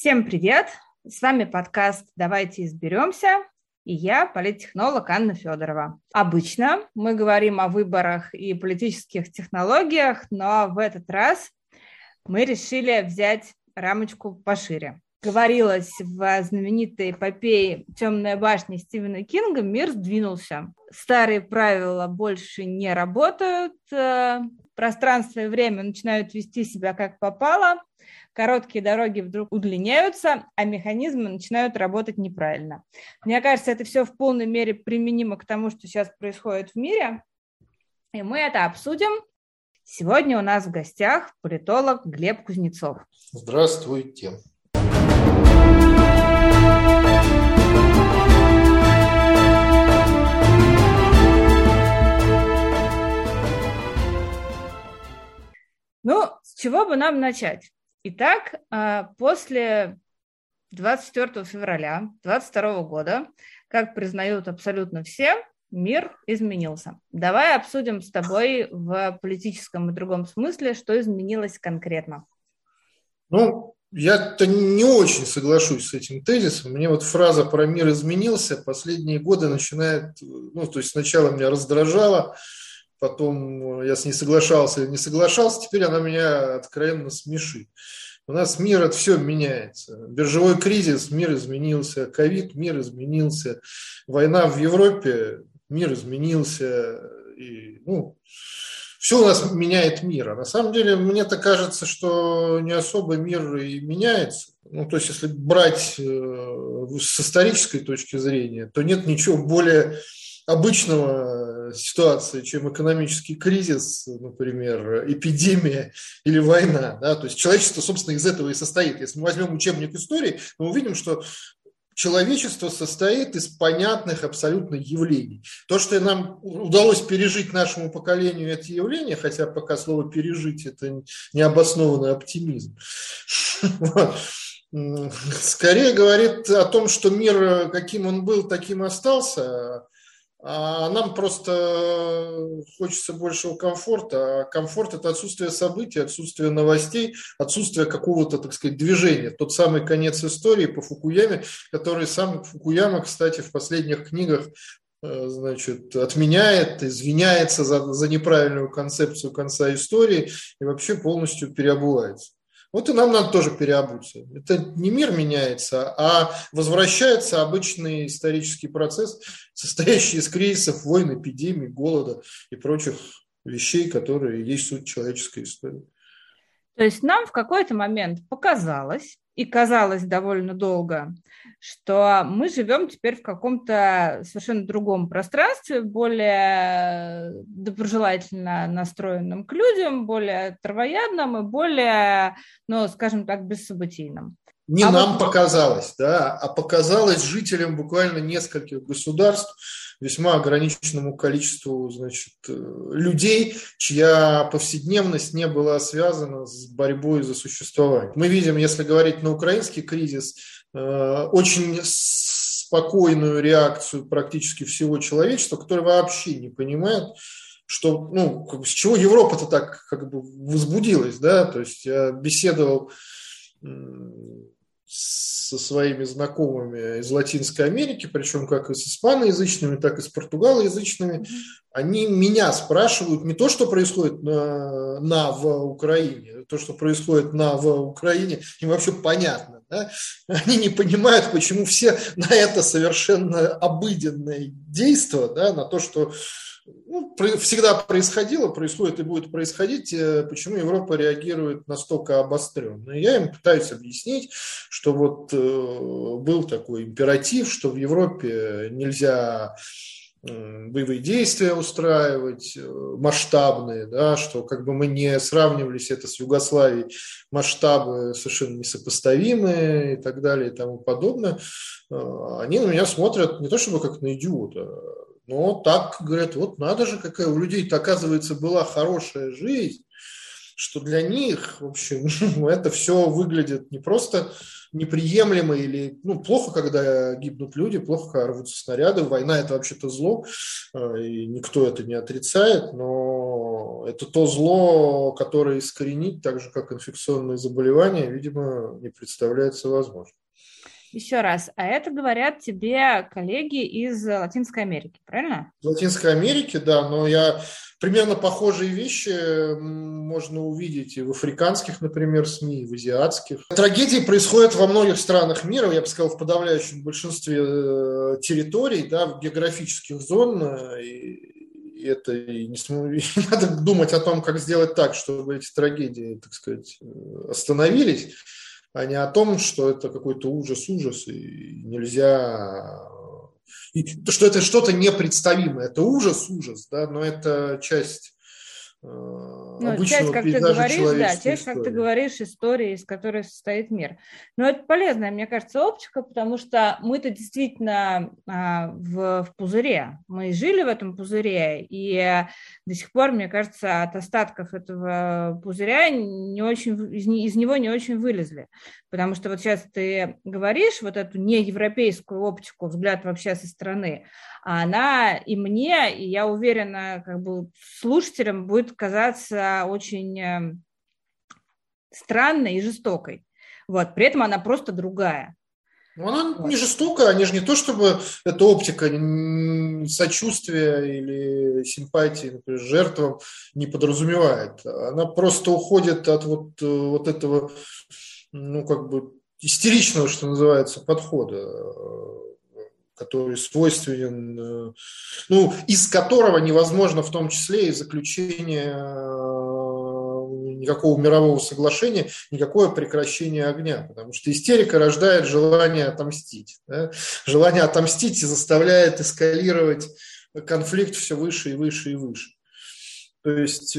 Всем привет! С вами подкаст «Давайте изберемся» и я, политтехнолог Анна Федорова. Обычно мы говорим о выборах и политических технологиях, но в этот раз мы решили взять рамочку пошире. Говорилось в знаменитой эпопее «Темная башня» Стивена Кинга, мир сдвинулся. Старые правила больше не работают, пространство и время начинают вести себя как попало, короткие дороги вдруг удлиняются, а механизмы начинают работать неправильно. Мне кажется, это все в полной мере применимо к тому, что сейчас происходит в мире, и мы это обсудим. Сегодня у нас в гостях политолог Глеб Кузнецов. Здравствуйте. Ну, с чего бы нам начать? Итак, после 24 февраля 2022 года, как признают абсолютно все, мир изменился. Давай обсудим с тобой в политическом и другом смысле, что изменилось конкретно. Ну, я-то не очень соглашусь с этим тезисом. Мне вот фраза про мир изменился последние годы начинает, то есть сначала меня раздражала, потом я с ней соглашался или не соглашался, теперь она меня откровенно смешит. У нас мир, это все меняется. Биржевой кризис, мир изменился, ковид, мир изменился, война в Европе, мир изменился. И, все у нас меняет мир. А на самом деле, мне-то кажется, что не особо мир и меняется. То есть, если брать с исторической точки зрения, то нет ничего более обычного ситуации, чем экономический кризис, например, эпидемия или война. Да? То есть человечество, собственно, из этого и состоит. Если мы возьмем учебник истории, мы увидим, что человечество состоит из понятных абсолютно явлений. То, что нам удалось пережить нашему поколению эти явления, хотя пока слово «пережить» – это необоснованный оптимизм, скорее говорит о том, что мир, каким он был, таким остался. А нам просто хочется большего комфорта. А комфорт – это отсутствие событий, отсутствие новостей, отсутствие какого-то, так сказать, движения. Тот самый конец истории по Фукуяме, который сам Фукуяма, кстати, в последних книгах отменяет, извиняется за неправильную концепцию конца истории и вообще полностью переобувается. Вот и нам надо тоже переобуться. Это не мир меняется, а возвращается обычный исторический процесс, состоящий из кризисов, войн, эпидемий, голода и прочих вещей, которые есть суть человеческой истории. То есть нам в какой-то момент показалось, и казалось довольно долго, что мы живем теперь в каком-то совершенно другом пространстве, более доброжелательно настроенном к людям, более травоядном и более, скажем так, бессобытийном. Не нам показалось, да, а показалось жителям буквально нескольких государств, весьма ограниченному количеству, людей, чья повседневность не была связана с борьбой за существование. Мы видим, если говорить на украинский кризис, очень спокойную реакцию практически всего человечества, которое вообще не понимает, что, с чего Европа-то так возбудилась, да, то есть я беседовал со своими знакомыми из Латинской Америки, причем как и с испаноязычными, так и с португалоязычными, они меня спрашивают не то, что происходит в Украине, то, что происходит в Украине, им вообще понятно. Да? Они не понимают, почему все на это совершенно обыденное действие, да, на то, что всегда происходило, происходит и будет происходить, почему Европа реагирует настолько обостренно. И я им пытаюсь объяснить, что был такой императив, что в Европе нельзя боевые действия устраивать масштабные, да, что мы не сравнивались это с Югославией, масштабы совершенно несопоставимые и так далее и тому подобное. Они на меня смотрят не то чтобы как на идиота, но так говорят, надо же, какая у людей-то, оказывается, была хорошая жизнь, что для них, в общем, это все выглядит не просто неприемлемо или плохо, когда гибнут люди, плохо, когда рвутся снаряды. Война – это вообще-то зло, и никто это не отрицает, но это то зло, которое искоренить, так же, как инфекционные заболевания, видимо, не представляется возможным. Еще раз, а это говорят тебе коллеги из Латинской Америки, правильно? В Латинской Америке, да, но примерно похожие вещи можно увидеть и в африканских, например, СМИ, и в азиатских. Трагедии происходят во многих странах мира, я бы сказал, в подавляющем большинстве территорий, да, в географических зон, и это и надо думать о том, как сделать так, чтобы эти трагедии, так сказать, остановились, а не о том, что это какой-то ужас, и нельзя... И что это что-то непредставимое. Это ужас, да, но это часть обычного часть, как пейзажа ты говоришь, человеческой часть, истории. как ты говоришь, истории, из которой состоит мир. Но это полезная, мне кажется, оптика, потому что мы-то действительно в пузыре. Мы жили в этом пузыре, и до сих пор, мне кажется, от остатков этого пузыря из него не очень вылезли. Потому что вот сейчас ты говоришь вот эту неевропейскую оптику, взгляд вообще со стороны, а она и мне, и я уверена, как бы слушателям будет казаться очень странной и жестокой. Вот. При этом она просто другая. Она не жестокая, они же не то, чтобы эта оптика сочувствия или симпатии, например, жертвам не подразумевает. Она просто уходит от вот этого, истеричного, что называется, подхода, который свойственен, из которого невозможно в том числе и заключение никакого мирового соглашения, никакое прекращение огня, потому что истерика рождает желание отомстить. Да? Желание отомстить и заставляет эскалировать конфликт все выше и выше и выше. То есть...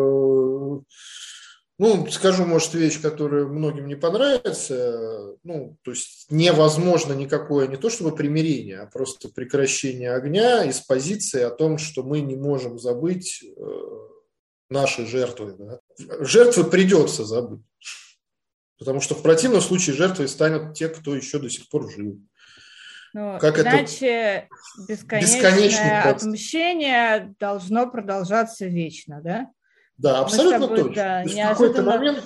скажу, может, вещь, которая многим не понравится. То есть невозможно никакое, не то чтобы примирение, а просто прекращение огня из позиции о том, что мы не можем забыть наши жертвы. Да? Жертвы придется забыть, потому что в противном случае жертвой станут те, кто еще до сих пор жив. Иначе бесконечное отмщение должно продолжаться вечно, да? Да, абсолютно точно. Да, в какой-то момент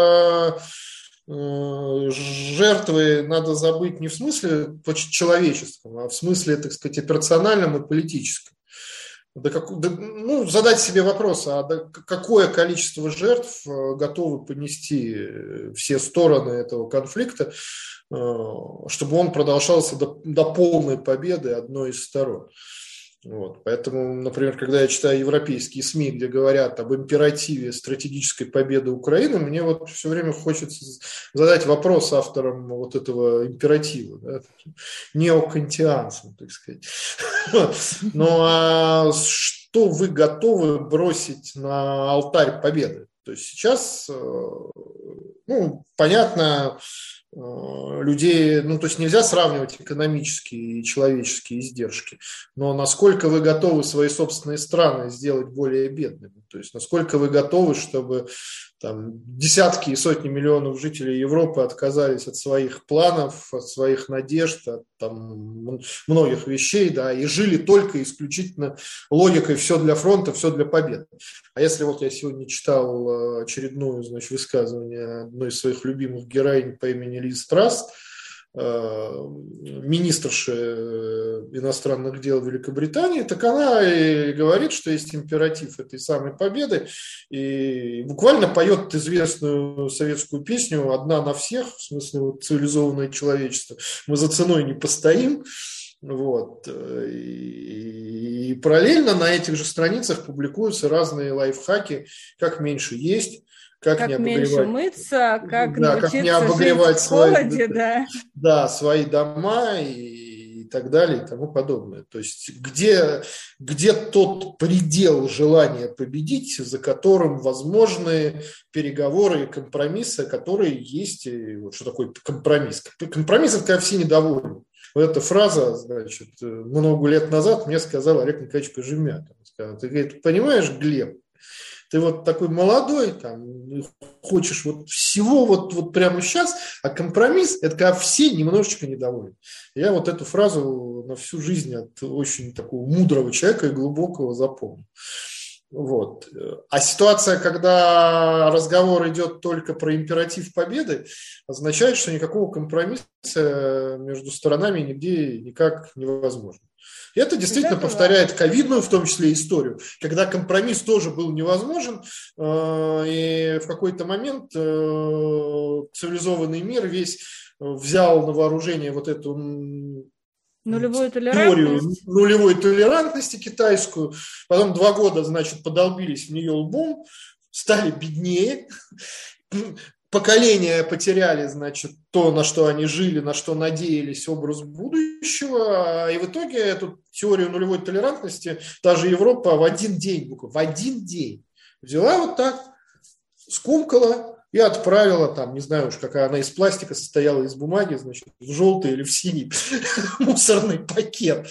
жертвы надо забыть не в смысле человеческом, а в смысле, так сказать, операциональном и политическом. Задать себе вопрос, какое количество жертв готовы понести все стороны этого конфликта, чтобы он продолжался до полной победы одной из сторон. Поэтому, например, когда я читаю европейские СМИ, где говорят об императиве стратегической победы Украины, мне все время хочется задать вопрос авторам этого императива, да, неокантианцам, так сказать. А что вы готовы бросить на алтарь победы? То есть сейчас, понятно, людей, то есть нельзя сравнивать экономические и человеческие издержки, но насколько вы готовы свои собственные страны сделать более бедными, то есть насколько вы готовы, чтобы десятки и сотни миллионов жителей Европы отказались от своих планов, от своих надежд, от многих вещей, да, и жили только исключительно логикой «все для фронта, все для победы». А если я сегодня читал очередное, высказывание одной из своих любимых героинь по имени Лиз Трасс, министрши иностранных дел Великобритании, так она и говорит, что есть императив этой самой победы, и буквально поет известную советскую песню «Одна на всех», в смысле цивилизованное человечество, мы за ценой не постоим. И параллельно на этих же страницах публикуются разные лайфхаки, как меньше есть, как не меньше мыться, как научиться не обогревать жить в холоде, свои дома и так далее и тому подобное. То есть где тот предел желания победить, за которым возможны переговоры и компромиссы, которые есть. Что такое компромисс? Компромисс – это когда все недовольны. Эта фраза, много лет назад мне сказал Олег Николаевич Кожемякин. Ты, говорит, понимаешь, Глеб, Ты вот такой молодой, там, хочешь вот всего вот прямо сейчас, а компромисс – это когда все немножечко недовольны. Я вот эту фразу на всю жизнь от очень такого мудрого человека и глубокого запомнил. Вот. А ситуация, когда разговор идет только про императив победы, означает, что никакого компромисса между сторонами нигде никак невозможно. И это действительно повторяет ковидную, в том числе, историю, когда компромисс тоже был невозможен, и в какой-то момент цивилизованный мир весь взял на вооружение вот эту теорию нулевой толерантности китайскую, потом 2 года, значит, подолбились в нее лбом, стали беднее, поколения потеряли, значит, то, на что они жили, на что надеялись, образ будущего, и в итоге эту теорию нулевой толерантности та же Европа в один день, в один день взяла вот так, скомкала, и отправила, там, не знаю уж, какая она из пластика состояла, из бумаги, значит, в желтый или в синий мусорный пакет.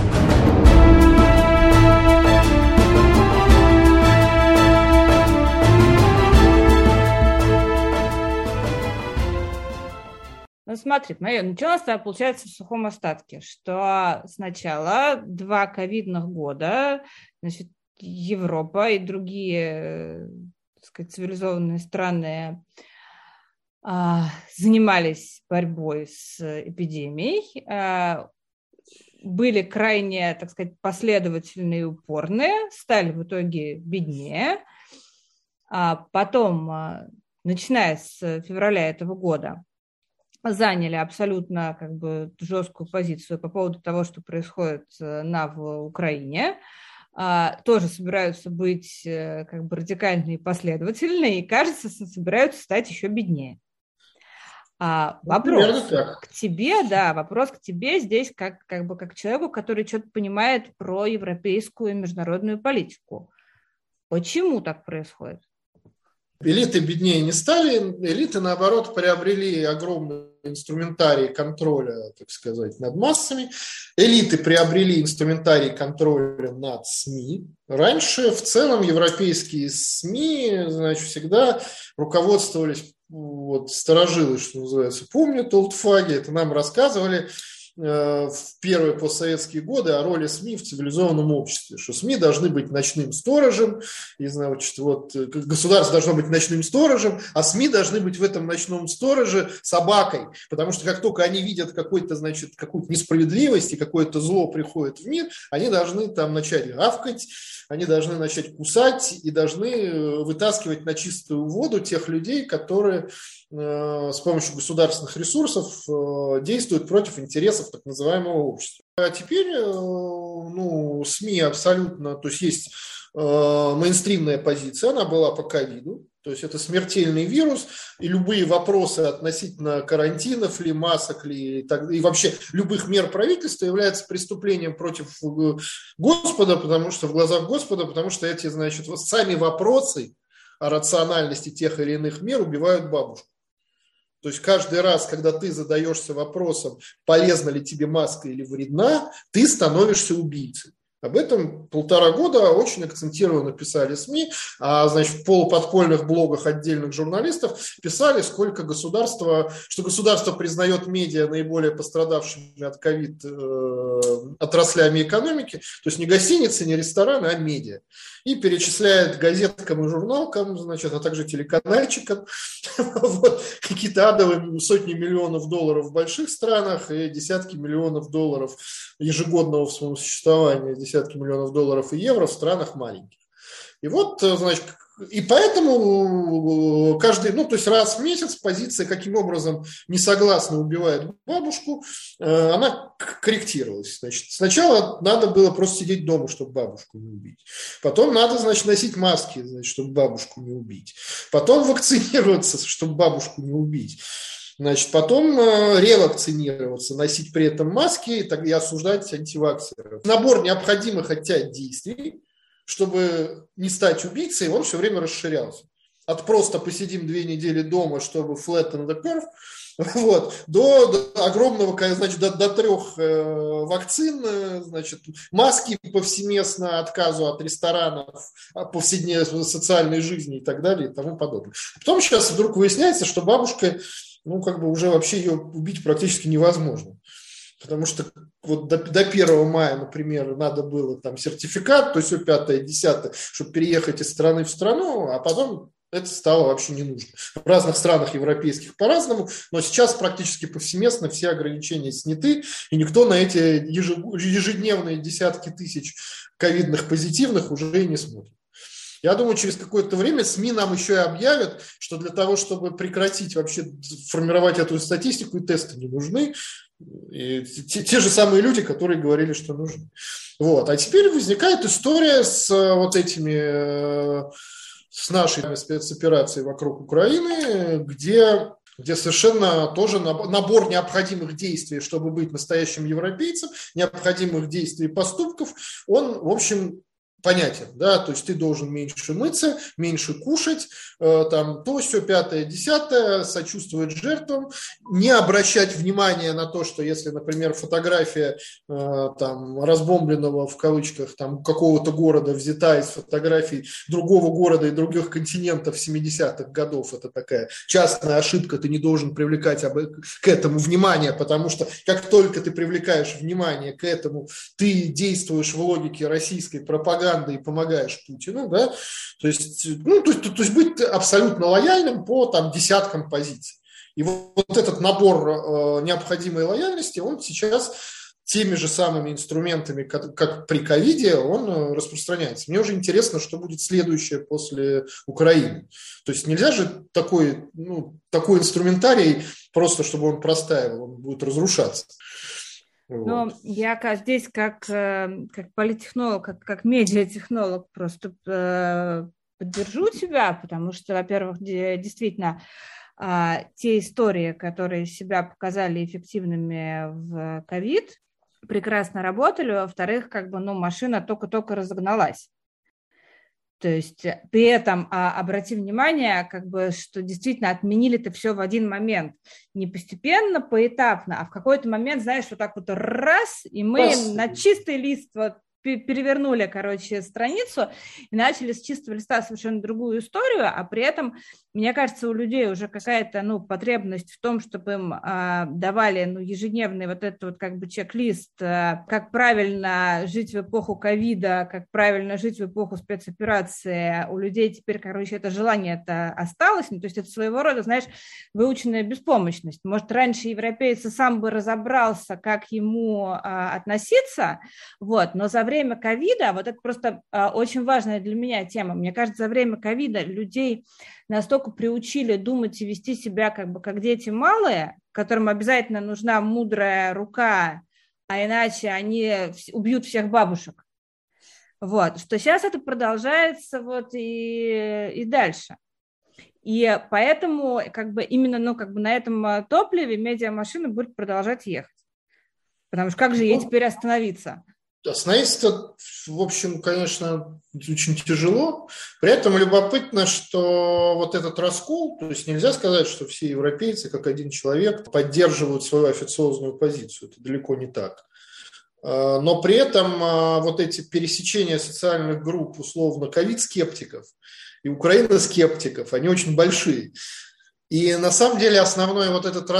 Ну, смотри, ничего у нас получается в сухом остатке, что сначала 2 ковидных года, значит, Европа и другие, так сказать, цивилизованные страны занимались борьбой с эпидемией, были крайне, так сказать, последовательные и упорные, стали в итоге беднее. Потом, начиная с февраля этого года, заняли абсолютно как бы жесткую позицию по поводу того, что происходит в Украине. Тоже собираются быть как бы радикальные и последовательные, и, кажется, собираются стать еще беднее. Вопрос к тебе, вопрос к тебе здесь как к человеку, который что-то понимает про европейскую и международную политику. Почему так происходит? Элиты беднее не стали, элиты, наоборот, приобрели огромный инструментарий контроля, так сказать, над массами. Элиты приобрели инструментарий контроля над СМИ. Раньше в целом европейские СМИ, значит, всегда руководствовались, вот, старожилы, что называется, помнят олдфаги, это нам рассказывали в первые постсоветские годы о роли СМИ в цивилизованном обществе, что СМИ должны быть ночным сторожем, и, значит, вот, государство должно быть ночным сторожем, а СМИ должны быть в этом ночном стороже собакой, потому что как только они видят какую-то несправедливость и какое-то зло приходит в мир, они должны там начать гавкать, они должны начать кусать и должны вытаскивать на чистую воду тех людей, которые с помощью государственных ресурсов действуют против интересов так называемого общества. А теперь СМИ абсолютно, то есть мейнстримная позиция, она была по ковиду, то есть это смертельный вирус, и любые вопросы относительно карантинов ли, масок ли, и вообще любых мер правительства являются преступлением против Господа, потому что в глазах Господа, потому что эти, значит, сами вопросы о рациональности тех или иных мер убивают бабушку. То есть каждый раз, когда ты задаешься вопросом, полезна ли тебе маска или вредна, ты становишься убийцей. Об этом 1,5 года очень акцентированно писали СМИ, а, значит, в полуподпольных блогах отдельных журналистов писали, что государство признает медиа наиболее пострадавшими от ковид отраслями экономики, то есть не гостиницы, не рестораны, а медиа. И перечисляет газеткам и журналкам, значит, а также телеканальчикам какие-то адовые сотни миллионов долларов в больших странах и десятки миллионов долларов ежегодного в своем существовании, десятки миллионов долларов и евро в странах маленьких. И вот, значит, и поэтому каждый, то есть раз в месяц позиция, каким образом несогласно убивает бабушку, она корректировалась. Значит, сначала надо было просто сидеть дома, чтобы бабушку не убить. Потом надо, значит, носить маски, значит, чтобы бабушку не убить. Потом вакцинироваться, чтобы бабушку не убить. Значит, потом ревакцинироваться, носить при этом маски и осуждать антиваксеров. Набор необходимых от тебя действий, чтобы не стать убийцей, он все время расширялся. От просто посидим 2 недели дома, чтобы flatten the curve, Вот, до огромного, значит, до 3 вакцин, значит, маски повсеместно, отказу от ресторанов, повседневной социальной жизни и так далее и тому подобное. Потом сейчас вдруг выясняется, что бабушка, ну, как бы уже вообще ее убить практически невозможно. Потому что вот до 1 мая, например, надо было там сертификат, то есть 5-е, 10-е, чтобы переехать из страны в страну, а потом это стало вообще не нужно. В разных странах европейских по-разному, но сейчас практически повсеместно все ограничения сняты, и никто на эти ежедневные десятки тысяч ковидных позитивных уже и не смотрит. Я думаю, через какое-то время СМИ нам еще и объявят, что для того, чтобы прекратить вообще формировать эту статистику, и тесты не нужны. И те же самые люди, которые говорили, что нужны. Вот. А теперь возникает история с вот этими, с нашей спецоперацией вокруг Украины, где совершенно тоже набор необходимых действий, чтобы быть настоящим европейцем, необходимых действий и поступков, он, в общем, понятен, да, то есть ты должен меньше мыться, меньше кушать, там, то, все, 5-е, 10-е, сочувствовать жертвам, не обращать внимания на то, что если, например, фотография там, разбомбленного, в кавычках, там, какого-то города взята из фотографий другого города и других континентов 70-х годов, это такая частная ошибка, ты не должен привлекать к этому внимание, потому что как только ты привлекаешь внимание к этому, ты действуешь в логике российской пропаганды и помогаешь Путину, да, то есть, ну, то есть быть абсолютно лояльным по там десяткам позиций. И вот этот набор необходимой лояльности, он сейчас теми же самыми инструментами, как при ковиде, он распространяется. Мне уже интересно, что будет следующее после Украины. То есть нельзя же такой инструментарий просто, чтобы он простаивал, он будет разрушаться. Но вот. Я здесь как политтехнолог, как медиатехнолог просто поддержу тебя, потому что, во-первых, действительно, те истории, которые себя показали эффективными в ковид, прекрасно работали, во-вторых, машина только-только разогналась. То есть при этом обрати внимание, что действительно отменили это все в один момент. Не постепенно, поэтапно, а в какой-то момент, знаешь, вот так вот раз, и мы на чистый лист перевернули, страницу и начали с чистого листа совершенно другую историю, а при этом, мне кажется, у людей уже какая-то, потребность в том, чтобы им давали, ежедневный вот этот чек-лист, как правильно жить в эпоху ковида, как правильно жить в эпоху спецоперации. У людей теперь, это желание-то осталось, то есть это своего рода, знаешь, выученная беспомощность. Может, раньше европейец сам бы разобрался, как ему относиться, но за время ковида, вот это просто очень важная для меня тема, мне кажется, за время ковида людей настолько приучили думать и вести себя как дети малые, которым обязательно нужна мудрая рука, а иначе они убьют всех бабушек. Что сейчас это продолжается и дальше. И поэтому именно на этом топливе медиамашина будет продолжать ехать. Потому что как же ей теперь остановиться? Остановиться, в общем, конечно, очень тяжело. При этом любопытно, что вот этот раскол, то есть нельзя сказать, что все европейцы, как один человек, поддерживают свою официозную позицию. Это далеко не так. Но при этом вот эти пересечения социальных групп, условно, ковид-скептиков и Украина-скептиков, они очень большие. И на самом деле основной вот этот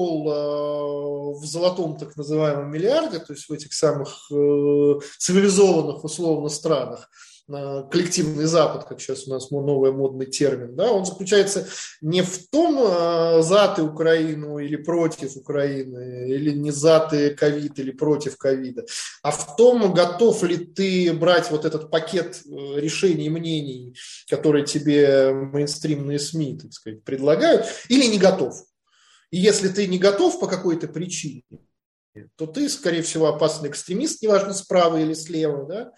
раскол в золотом так называемом миллиарде, то есть в этих самых цивилизованных условно странах, коллективный Запад, как сейчас у нас новый модный термин, да, он заключается не в том, за ты Украину или против Украины, или не за ты ковид или против ковида, а в том, готов ли ты брать вот этот пакет решений и мнений, которые тебе мейнстримные СМИ, так сказать, предлагают, или не готов. И если ты не готов по какой-то причине, то ты, скорее всего, опасный экстремист, неважно, справа или слева, да,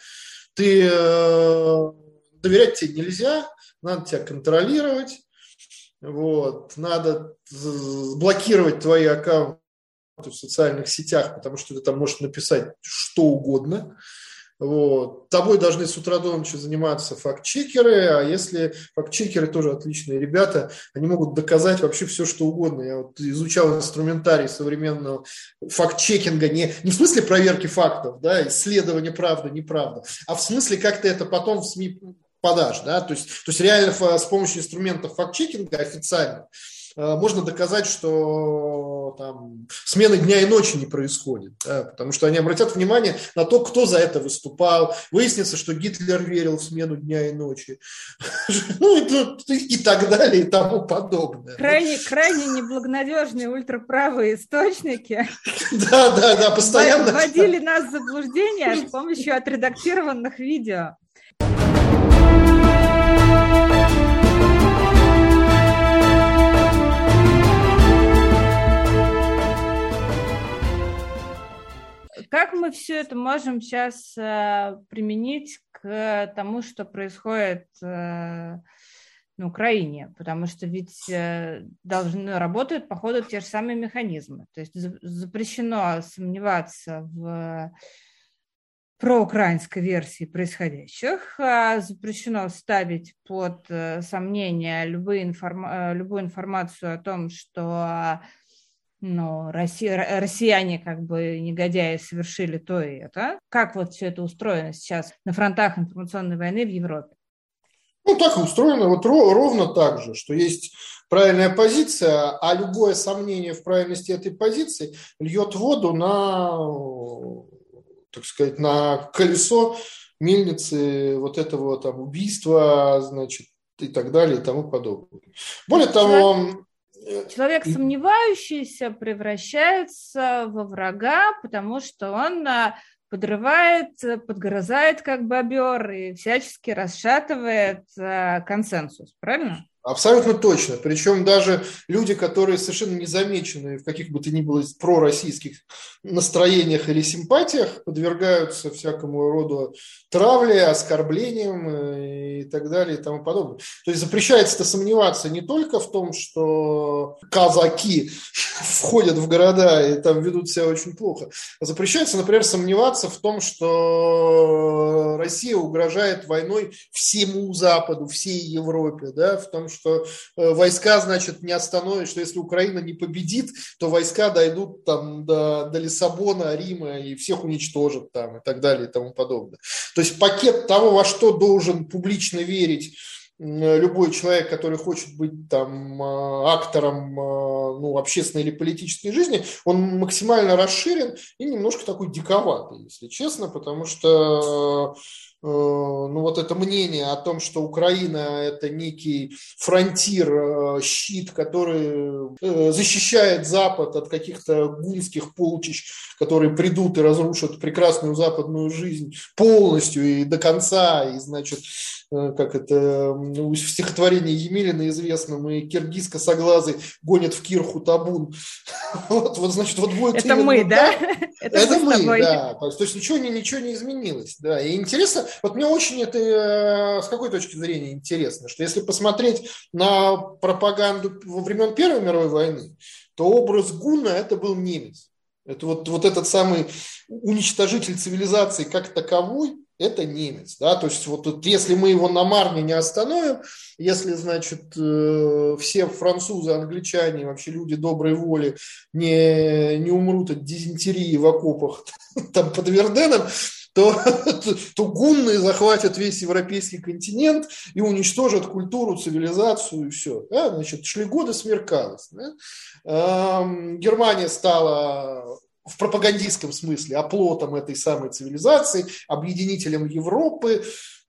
доверять тебе нельзя, надо тебя контролировать, надо блокировать твои аккаунты в социальных сетях, потому что ты там можешь написать что угодно, Вот. Тобой должны с утра до ночи заниматься факт-чекеры, а если факт-чекеры тоже отличные ребята, они могут доказать вообще все, что угодно. Я вот изучал инструментарий современного факт-чекинга не в смысле проверки фактов, да, исследования правда, неправда, а в смысле, как ты это потом в СМИ подашь, да, то есть реально с помощью инструментов факт-чекинга официально можно доказать, что там смены дня и ночи не происходит, да, потому что они обратят внимание на то, кто за это выступал, выяснится, что Гитлер верил в смену дня и ночи, ну и так далее и тому подобное. Крайне неблагонадежные ультраправые источники Да, постоянно вводили нас в заблуждение с помощью отредактированных видео. Как мы все это можем сейчас применить к тому, что происходит на Украине? Потому что ведь работают, по ходу, те же самые механизмы. То есть запрещено сомневаться в проукраинской версии происходящих, запрещено ставить под сомнение любую информацию о том, что россияне, как бы негодяи, совершили то и это. Как вот все это устроено сейчас на фронтах информационной войны в Европе? Так и устроено вот ровно так же, что есть правильная позиция, а любое сомнение в правильности этой позиции льет воду на, так сказать, на колесо мельницы вот этого там убийства, значит, и так далее и тому подобное. Более того... Человек, сомневающийся, превращается во врага, потому что он подрывает, подгрызает как бобер и всячески расшатывает консенсус, правильно? Абсолютно точно. Причем даже люди, которые совершенно не замечены в каких бы то ни было пророссийских настроениях или симпатиях, подвергаются всякому роду травле, оскорблениям и так далее и тому подобное. То есть запрещается-то сомневаться не только в том, что казаки входят в города и там ведут себя очень плохо, а запрещается, например, сомневаться в том, что Россия угрожает войной всему Западу, всей Европе, да, в том, что войска, значит, не остановят, что если Украина не победит, то войска дойдут там до Лиссабона, Рима и всех уничтожат там и так далее и тому подобное. То есть пакет того, во что должен публично верить любой человек, который хочет быть там актором общественной или политической жизни, он максимально расширен и немножко такой диковатый, если честно, потому что вот это мнение о том, что Украина – это некий фронтир, щит, который защищает Запад от каких-то гунских полчищ, которые придут и разрушат прекрасную западную жизнь полностью и до конца, и, значит, как это в стихотворении Емелина известном, и киргиз косоглазый гонит в кирху табун. Вот, значит, вот будет это мы, да? Это мы, да. То есть ничего не изменилось. Да. И интересно, вот мне очень это с какой точки зрения интересно, что если посмотреть на пропаганду во времен Первой мировой войны, то образ гунна – это был немец. Это вот этот самый уничтожитель цивилизации как таковой, это немец, да, то есть вот если мы его на Марне не остановим, если, значит, все французы, англичане, вообще люди доброй воли не умрут от дизентерии в окопах там под Верденом, то гунны захватят весь европейский континент и уничтожат культуру, цивилизацию и все. Да? Значит, шли годы, смеркалось. Да? Германия стала в пропагандистском смысле оплотом этой самой цивилизации, объединителем Европы.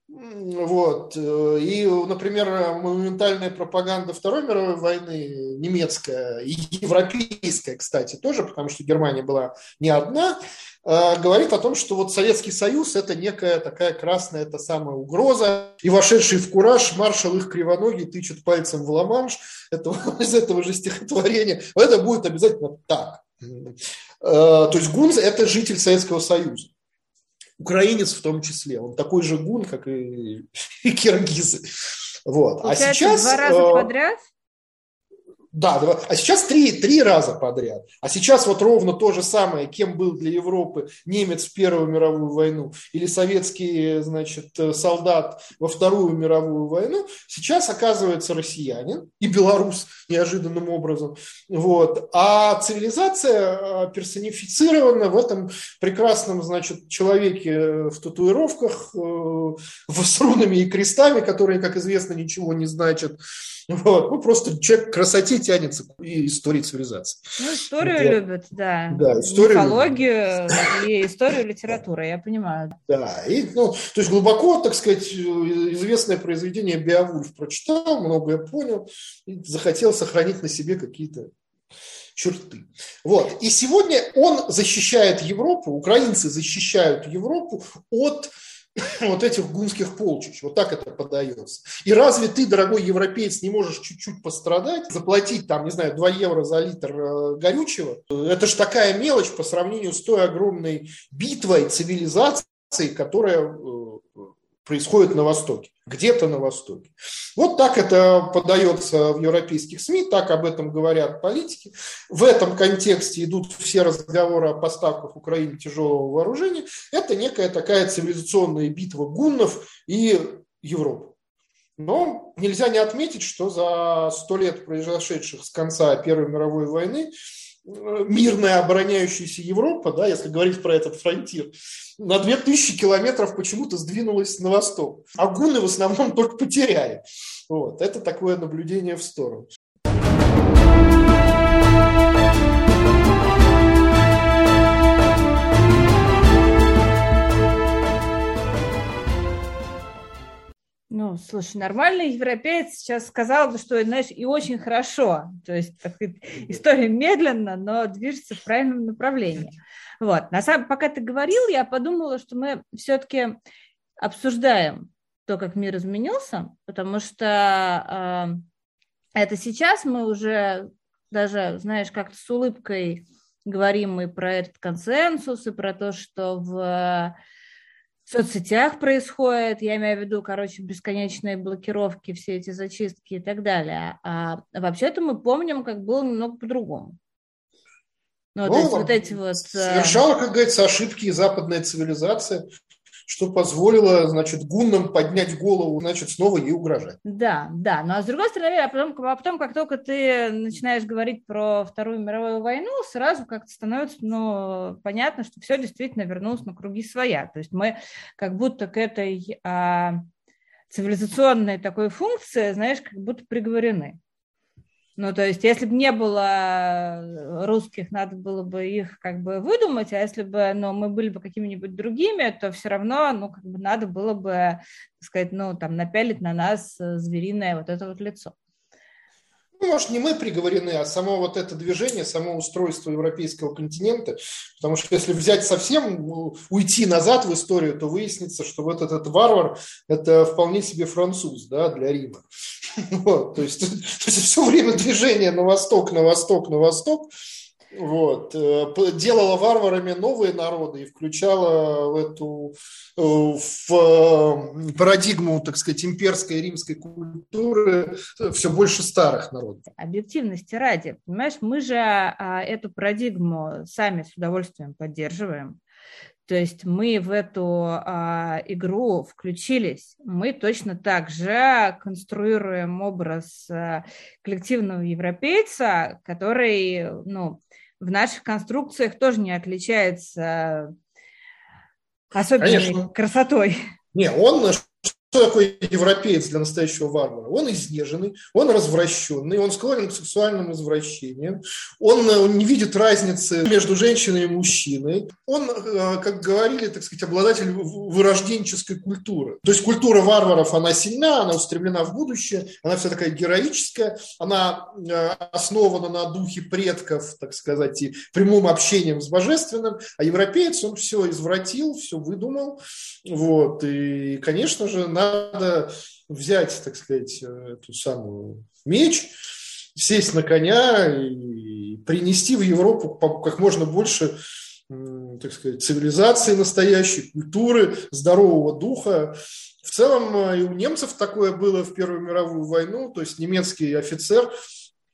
Вот. И, например, монументальная пропаганда Второй мировой войны, немецкая и европейская, кстати, тоже, потому что Германия была не одна, говорит о том, что вот Советский Союз – это некая такая красная, это самая угроза. И вошедший в кураж маршал их кривоногий тычет пальцем в Ла-Манш из этого же стихотворения. Это будет обязательно так. То есть гун – это житель Советского Союза. Украинец в том числе. Он такой же гун, как и киргизы. Вот. Получается, а сейчас 2 раза подряд? Да, а сейчас три раза подряд. А сейчас вот ровно то же самое, кем был для Европы немец в Первую мировую войну или советский, значит, солдат во Вторую мировую войну, сейчас оказывается россиянин и белорус неожиданным образом. Вот. А цивилизация персонифицирована в этом прекрасном, значит, человеке в татуировках, с рунами и крестами, которые, как известно, ничего не значат. Вот. Ну, просто человек к красоте тянется и истории цивилизации. Ну, историю любят, да. Да, историю мифологию и историю литературы, я понимаю. Да, и, ну, то есть глубоко, так сказать, известное произведение Беовульф прочитал, многое понял и захотел сохранить на себе какие-то черты. Вот. И сегодня он защищает Европу, украинцы защищают Европу от вот этих гунских полчищ. Вот так это подается. И разве ты, дорогой европеец, не можешь чуть-чуть пострадать, заплатить, там, не знаю, 2 евро за литр горючего? Это ж такая мелочь по сравнению с той огромной битвой цивилизации, которая происходит на Востоке, где-то на Востоке. Вот так это подается в европейских СМИ, так об этом говорят политики. В этом контексте идут все разговоры о поставках Украине тяжелого вооружения. Это некая такая цивилизационная битва гуннов и Европы. Но нельзя не отметить, что за 100 лет, произошедших с конца Первой мировой войны, мирная обороняющаяся Европа, да, если говорить про этот фронтир, на 2000 километров почему-то сдвинулась на восток. А гунны в основном только потеряли. Вот. Это такое наблюдение в сторону. Ну, слушай, нормальный европеец сейчас сказал бы, что, знаешь, и очень хорошо. То есть, так сказать, история медленно, но движется в правильном направлении. Вот. Пока ты говорил, я подумала, что мы все-таки обсуждаем то, как мир изменился, потому что это сейчас мы уже даже, знаешь, как-то с улыбкой говорим и про этот консенсус, и про то, что в соцсетях происходит, я имею в виду, бесконечные блокировки, все эти зачистки и так далее. А вообще-то мы помним, как было немного по-другому. Ну, то есть вот эти вот... Совершала, как говорится, ошибки и западная цивилизация, что позволило, значит, гуннам поднять голову, значит, снова ей угрожать. Да. Ну, а с другой стороны, а потом, как только ты начинаешь говорить про Вторую мировую войну, сразу как-то становится, понятно, что все действительно вернулось на круги своя. То есть мы как будто к этой цивилизационной такой функции, знаешь, как будто приговорены. Ну, то есть, если бы не было русских, надо было бы их как бы выдумать, а если бы мы были бы какими-нибудь другими, то все равно, надо было бы, так сказать, напялить на нас звериное вот это вот лицо. Ну, может, не мы приговорены, а само вот это движение, само устройство европейского континента. Потому что если взять совсем, уйти назад в историю, то выяснится, что вот этот варвар – это вполне себе француз, да, для Рима. Вот, то есть все время движение на восток, на восток, на восток. Вот, делала варварами новые народы и включала в парадигму, так сказать, имперской и римской культуры все больше старых народов. Объективности ради, понимаешь, мы же эту парадигму сами с удовольствием поддерживаем. То есть мы в эту игру включились, мы точно так же конструируем образ коллективного европейца, который, в наших конструкциях тоже не отличается особенной красотой. Не, что такое европеец для настоящего варвара? Он изнеженный, он развращенный, он склонен к сексуальным извращениям, он не видит разницы между женщиной и мужчиной, он, как говорили, так сказать, обладатель вырожденческой культуры. То есть культура варваров, она сильна, она устремлена в будущее, она вся такая героическая, она основана на духе предков, так сказать, и прямым общением с божественным, а европеец, он все извратил, все выдумал, вот, и, конечно же, надо взять, так сказать, эту самую меч, сесть на коня и принести в Европу как можно больше, так сказать, цивилизации настоящей, культуры, здорового духа. В целом и у немцев такое было в Первую мировую войну, то есть немецкий офицер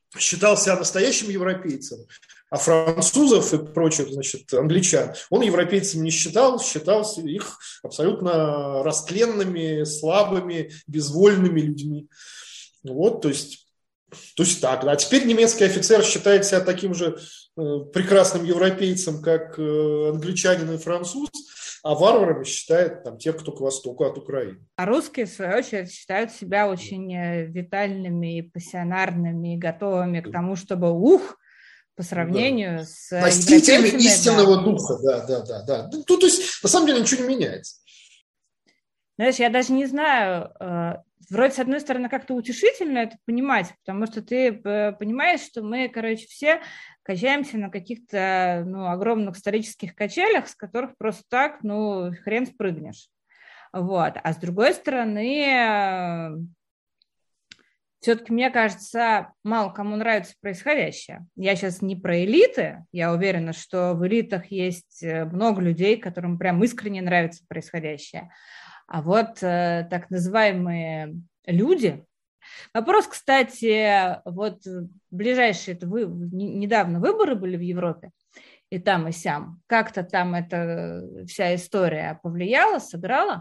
считал себя настоящим европейцем, а французов и прочих, значит, англичан он европейцем не считал, считал их абсолютно растленными, слабыми, безвольными людьми. Вот, то есть так. А теперь немецкий офицер считает себя таким же прекрасным европейцем, как англичанин и француз, а варварами считает там тех, кто к востоку от Украины. А русские, в свою очередь, считают себя очень витальными, пассионарными и готовыми к тому, чтобы по сравнению с носителями европейцами, истинного духа. Да. Ну, то есть, на самом деле, ничего не меняется. Знаешь, я даже не знаю, вроде, с одной стороны, как-то утешительно это понимать, потому что ты понимаешь, что мы, все качаемся на каких-то, огромных исторических качелях, с которых просто так, хрен спрыгнешь. Вот. А с другой стороны, все-таки, мне кажется, мало кому нравится происходящее. Я сейчас не про элиты, я уверена, что в элитах есть много людей, которым прям искренне нравится происходящее. А вот так называемые люди. Вопрос, кстати, вот ближайшие, недавно выборы были в Европе, и там, и сям. Как-то там эта вся история повлияла, сыграла?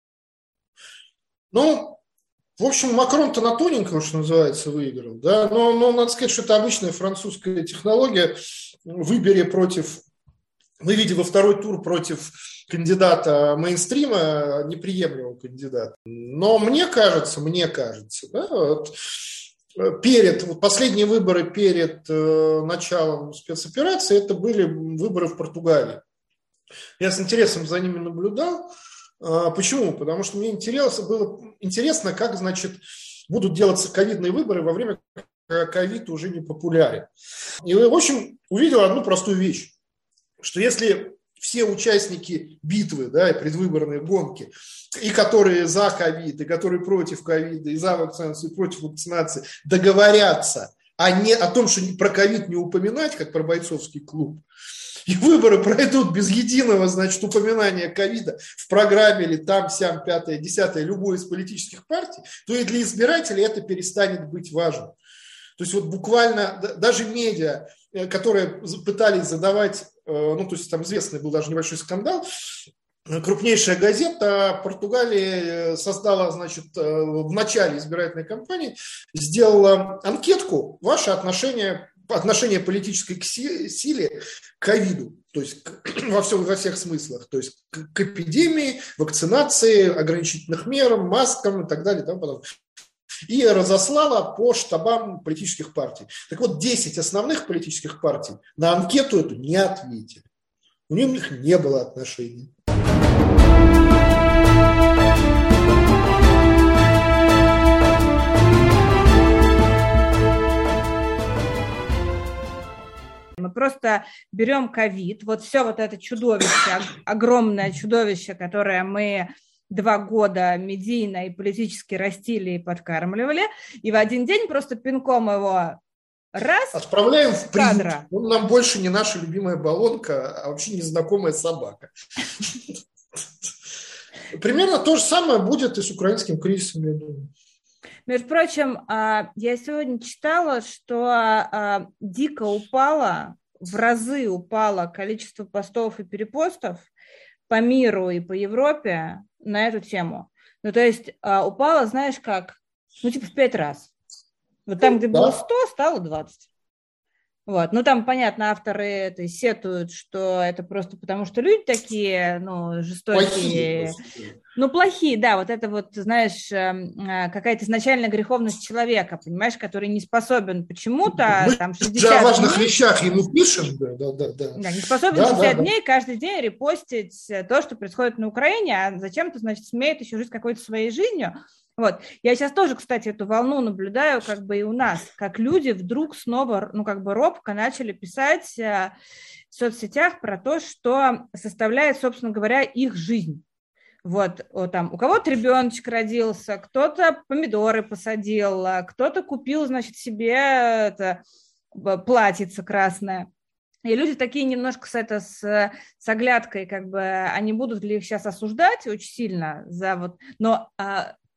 Ну, в общем, Макрон-то на тоненького, что называется, выиграл. Да? Но надо сказать, что это обычная французская технология. Выбери выведи во второй тур против кандидата мейнстрима, неприемлемого кандидата. Но мне кажется, да, последние выборы перед началом спецоперации, это были выборы в Португалии. Я с интересом за ними наблюдал. Почему? Потому что мне было интересно, как, значит, будут делаться ковидные выборы во время, когда ковид уже не популярен. И, в общем, увидел одну простую вещь, что если все участники битвы, да, и предвыборной гонки, и которые за ковид, и которые против ковида, и за вакцинацию, и против вакцинации, договорятся о том, что про ковид не упоминать, как про бойцовский клуб, и выборы пройдут без единого, значит, упоминания ковида в программе или там, сям, пятое, десятое, любой из политических партий, то и для избирателей это перестанет быть важным. То есть вот буквально даже медиа, которые пытались задавать, то есть там известный был даже небольшой скандал, крупнейшая газета Португалии создала, значит, в начале избирательной кампании, сделала анкетку «Ваше отношение политической к силе к ковиду», то есть во всех смыслах, то есть к эпидемии, вакцинации, ограничительных мерам, маскам и так далее и тому подобное. И разослала по штабам политических партий. Так вот, 10 основных политических партий на анкету эту не ответили. У них не было отношений. Мы просто берем ковид, вот все вот это чудовище, огромное чудовище, которое мы 2 года медийно и политически растили и подкармливали, и в один день просто пинком его отправляем в приют. Кадра. Он нам больше не наша любимая баллонка, а вообще незнакомая собака. Примерно то же самое будет и с украинским кризисом, я думаю. Между прочим, я сегодня читала, что дико в разы упало количество постов и перепостов по миру и по Европе на эту тему. То есть упало, знаешь как, в 5 раз. Вот там, где было 100, стало 20. Вот. Там, понятно, авторы это сетуют, что это просто потому, что люди такие, жестокие. Плохие, да, вот это вот, знаешь, какая-то изначальная греховность человека, понимаешь, который не способен почему-то, мы там, 60 о важных дней, вещах ему пишем, да, не способен 60 дней каждый день репостить то, что происходит на Украине, а зачем-то, значит, смеет еще жить какой-то своей жизнью. Вот. Я сейчас тоже, кстати, эту волну наблюдаю как бы и у нас, как люди вдруг снова, робко начали писать в соцсетях про то, что составляет, собственно говоря, их жизнь. Вот там у кого-то ребеночек родился, кто-то помидоры посадил, кто-то купил, значит, себе платьице красное. И люди такие немножко с оглядкой, как бы, они будут ли их сейчас осуждать очень сильно за вот, но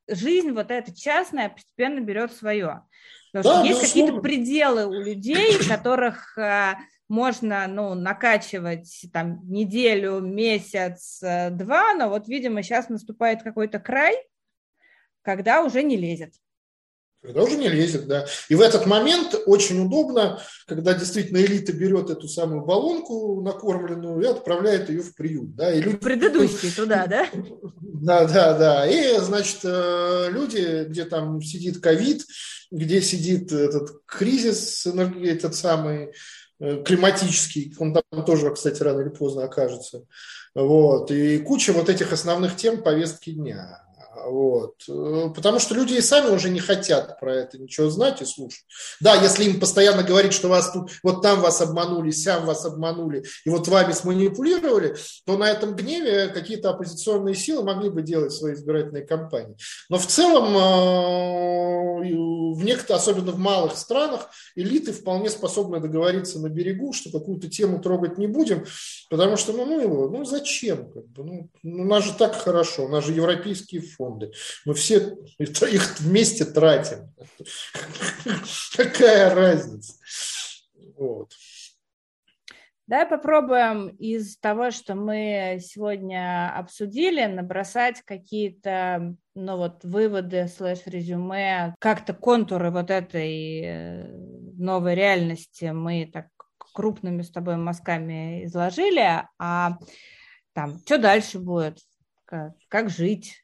жизнь вот эта частная постепенно берет свое. Потому Да, что есть безусловно. какие-то пределы у людей, которых можно, накачивать там неделю, месяц, два, но вот, видимо, сейчас наступает какой-то край, когда уже не лезет. Когда уже не лезет, да. И в этот момент очень удобно, когда действительно элита берет эту самую баллонку накормленную и отправляет ее в приют. Да, и люди... Предыдущий туда, да? Да. И, значит, люди, где там сидит ковид, где сидит этот кризис, этот самый климатический, он там тоже, кстати, рано или поздно окажется. Вот. И куча вот этих основных тем повестки дня. Вот. Потому что люди и сами уже не хотят про это ничего знать и слушать. Да, если им постоянно говорить, что вас тут, вот там вас обманули, сям вас обманули, и вот вами сманипулировали, то на этом гневе какие-то оппозиционные силы могли бы делать свои избирательные кампании. Но в целом, особенно в малых странах, элиты вполне способны договориться на берегу, что какую-то тему трогать не будем, потому что, зачем? У нас же так хорошо, у нас же европейские фонды. Мы все их вместе тратим. Какая разница? Вот. Давай попробуем из того, что мы сегодня обсудили, набросать какие-то выводы /резюме, как-то контуры вот этой новой реальности мы так крупными с тобой мазками изложили, а там, что дальше будет, как жить?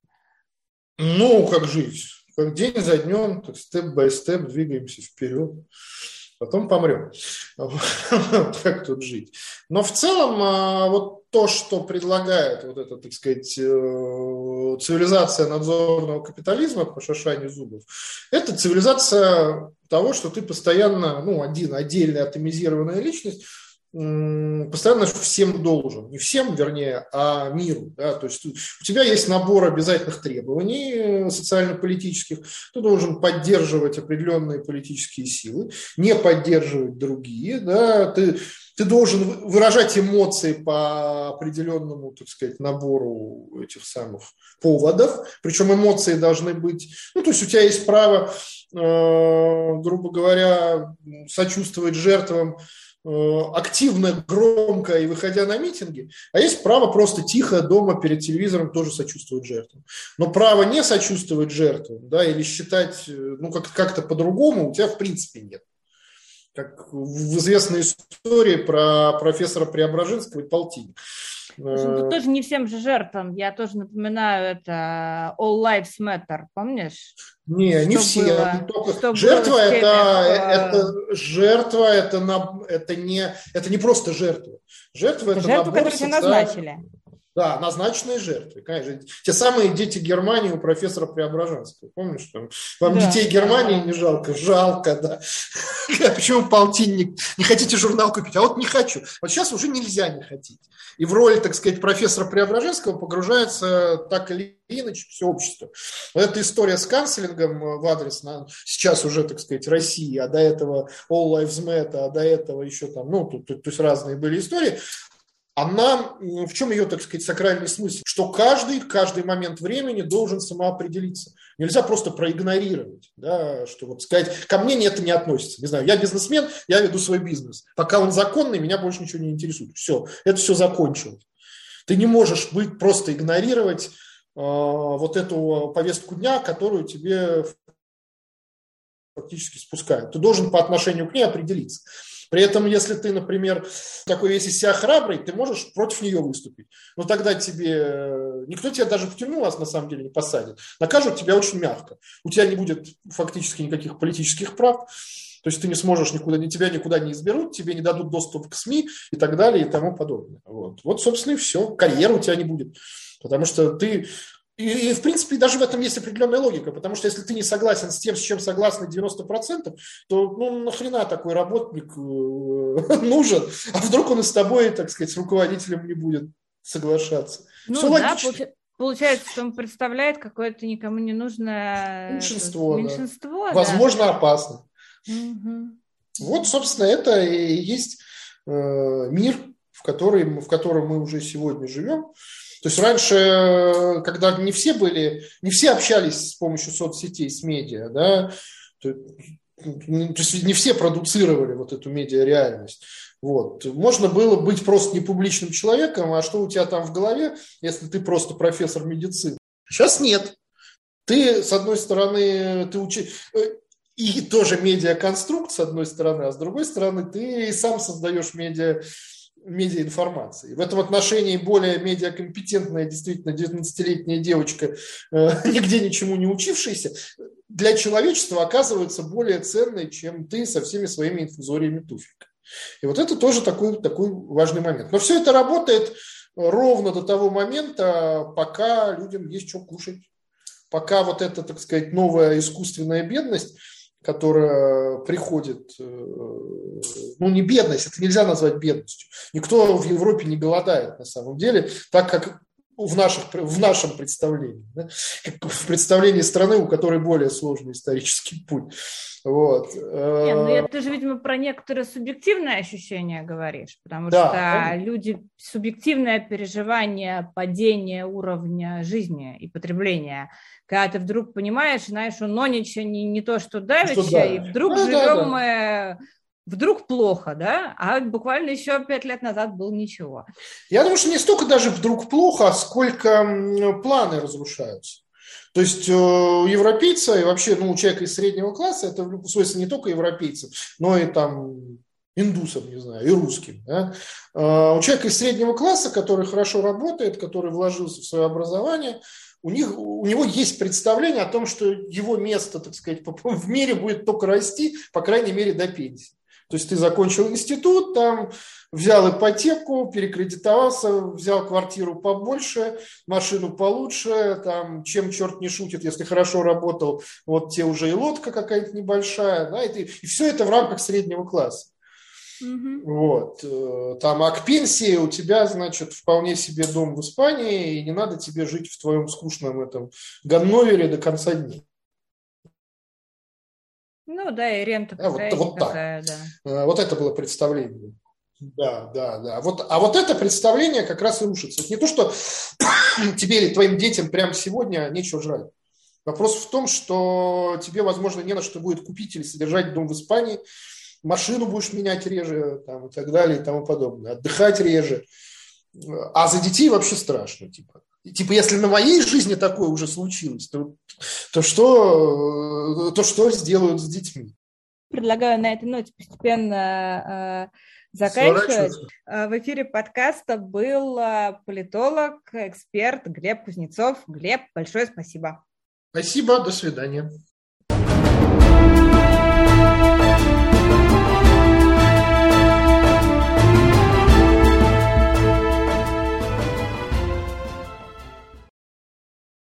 Как жить? Как день за днем, так степ-бай-степ двигаемся вперед. Потом помрем. Как тут жить? Но в целом вот то, что предлагает вот эта, так сказать, цивилизация надзорного капитализма по шашанию зубов, это цивилизация того, что ты постоянно, отдельная атомизированная личность, постоянно всем должен. Не всем, вернее, а миру. Да? То есть у тебя есть набор обязательных требований социально-политических. Ты должен поддерживать определенные политические силы, не поддерживать другие. Да? Ты должен выражать эмоции по определенному, так сказать, набору этих самых поводов. Причем эмоции должны быть... то есть у тебя есть право, грубо говоря, сочувствовать жертвам, активно, громко и выходя на митинги, а есть право просто тихо дома перед телевизором тоже сочувствовать жертвам. Но право не сочувствовать жертвам, да, или считать, как-то по-другому у тебя в принципе нет. Как в известной истории про профессора Преображенского и полтинник. Тут тоже не всем же жертвам. Я тоже напоминаю, это All Lives Matter, помнишь? Не все. Жертва это не просто жертва. Жертва это жертва, которую тебе назначили. Да, назначенные жертвы, конечно. Те самые дети Германии у профессора Преображенского. Помнишь, вам детей Германии не жалко? Жалко, да. Почему полтинник? Не хотите журнал купить? А вот не хочу. Вот сейчас уже нельзя не хотеть. И в роль, так сказать, профессора Преображенского погружается так или иначе все общество. Вот эта история с канцелингом в адрес сейчас уже, так сказать, России, а до этого All Lives Matter, а до этого еще там, то есть разные были истории. Она, в чем ее, так сказать, сакральный смысл? Что каждый момент времени должен самоопределиться. Нельзя просто проигнорировать, да, что вот сказать, ко мне это не относится. Не знаю, я бизнесмен, я веду свой бизнес. Пока он законный, меня больше ничего не интересует. Все, это все закончилось. Ты не можешь просто игнорировать вот эту повестку дня, которую тебе фактически спускают. Ты должен по отношению к ней определиться. При этом, если ты, например, такой весь из себя храбрый, ты можешь против нее выступить. Но тогда никто тебя даже в тюрьму вас на самом деле не посадит. Накажут тебя очень мягко. У тебя не будет фактически никаких политических прав. То есть ты не сможешь тебя никуда не изберут, тебе не дадут доступ к СМИ и так далее и тому подобное. Вот собственно, и все. Карьеры у тебя не будет. Потому что ты... И, в принципе, даже в этом есть определенная логика, потому что если ты не согласен с тем, с чем согласны 90%, то нахрена такой работник нужен, а вдруг он и с тобой, так сказать, с руководителем не будет соглашаться. Все логично. Получается, что он представляет какое-то никому не нужное меньшинство. Да. Возможно, опасно. Угу. Вот, собственно, это и есть мир, в котором мы уже сегодня живем. То есть раньше, когда не все общались с помощью соцсетей, с медиа, да, то есть не все продуцировали вот эту медиареальность. Вот. Можно было быть просто не публичным человеком, а что у тебя там в голове, если ты просто профессор медицины? Сейчас нет. Ты, с одной стороны, и тоже медиаконструкт, с одной стороны, а с другой стороны, ты сам создаешь медиаинформации. В этом отношении более медиакомпетентная, действительно, 19-летняя девочка, нигде ничему не учившаяся, для человечества оказывается более ценной, чем ты со всеми своими инфузориями туфельками. И вот это тоже такой важный момент. Но все это работает ровно до того момента, пока людям есть что кушать. Пока вот эта, так сказать, новая искусственная бедность, которая приходит, не бедность, это нельзя назвать бедностью. Никто в Европе не голодает на самом деле, так как в нашем представлении, да? В представлении страны, у которой более сложный исторический путь. Вот. Это же, видимо, про некоторые субъективные ощущения говоришь, потому да, что люди, субъективное переживание падения уровня жизни и потребления, когда ты вдруг понимаешь, знаешь, ничего не то, что давеча, и вдруг живем вдруг плохо, да, а буквально еще 5 лет назад было ничего. Я думаю, что не столько даже вдруг плохо, сколько планы разрушаются. То есть у европейца и вообще у человека из среднего класса, это в смысле не только европейцев, но и там индусам, не знаю, и русским. Да? У человека из среднего класса, который хорошо работает, который вложился в свое образование, у него есть представление о том, что его место, так сказать, в мире будет только расти, по крайней мере, до пенсии. То есть ты закончил институт, там взял ипотеку, перекредитовался, взял квартиру побольше, машину получше, там, чем черт не шутит, если хорошо работал, вот тебе уже и лодка какая-то небольшая, да, и все это в рамках среднего класса. Mm-hmm. Вот. Там, а к пенсии у тебя, значит, вполне себе дом в Испании, и не надо тебе жить в твоем скучном этом Ганновере до конца дней. И рента такая, да. Вот это было представление. Да. Вот это представление как раз и рушится. Это не то, что тебе или твоим детям прямо сегодня нечего жрать. Вопрос в том, что тебе, возможно, не на что будет купить или содержать дом в Испании, машину будешь менять реже, там, и так далее, и тому подобное, отдыхать реже. А за детей вообще страшно, типа, если на моей жизни такое уже случилось, то что сделают с детьми? Предлагаю на этой ноте постепенно заканчивать. В эфире подкаста был политолог, эксперт Глеб Кузнецов. Глеб, большое спасибо. Спасибо, до свидания.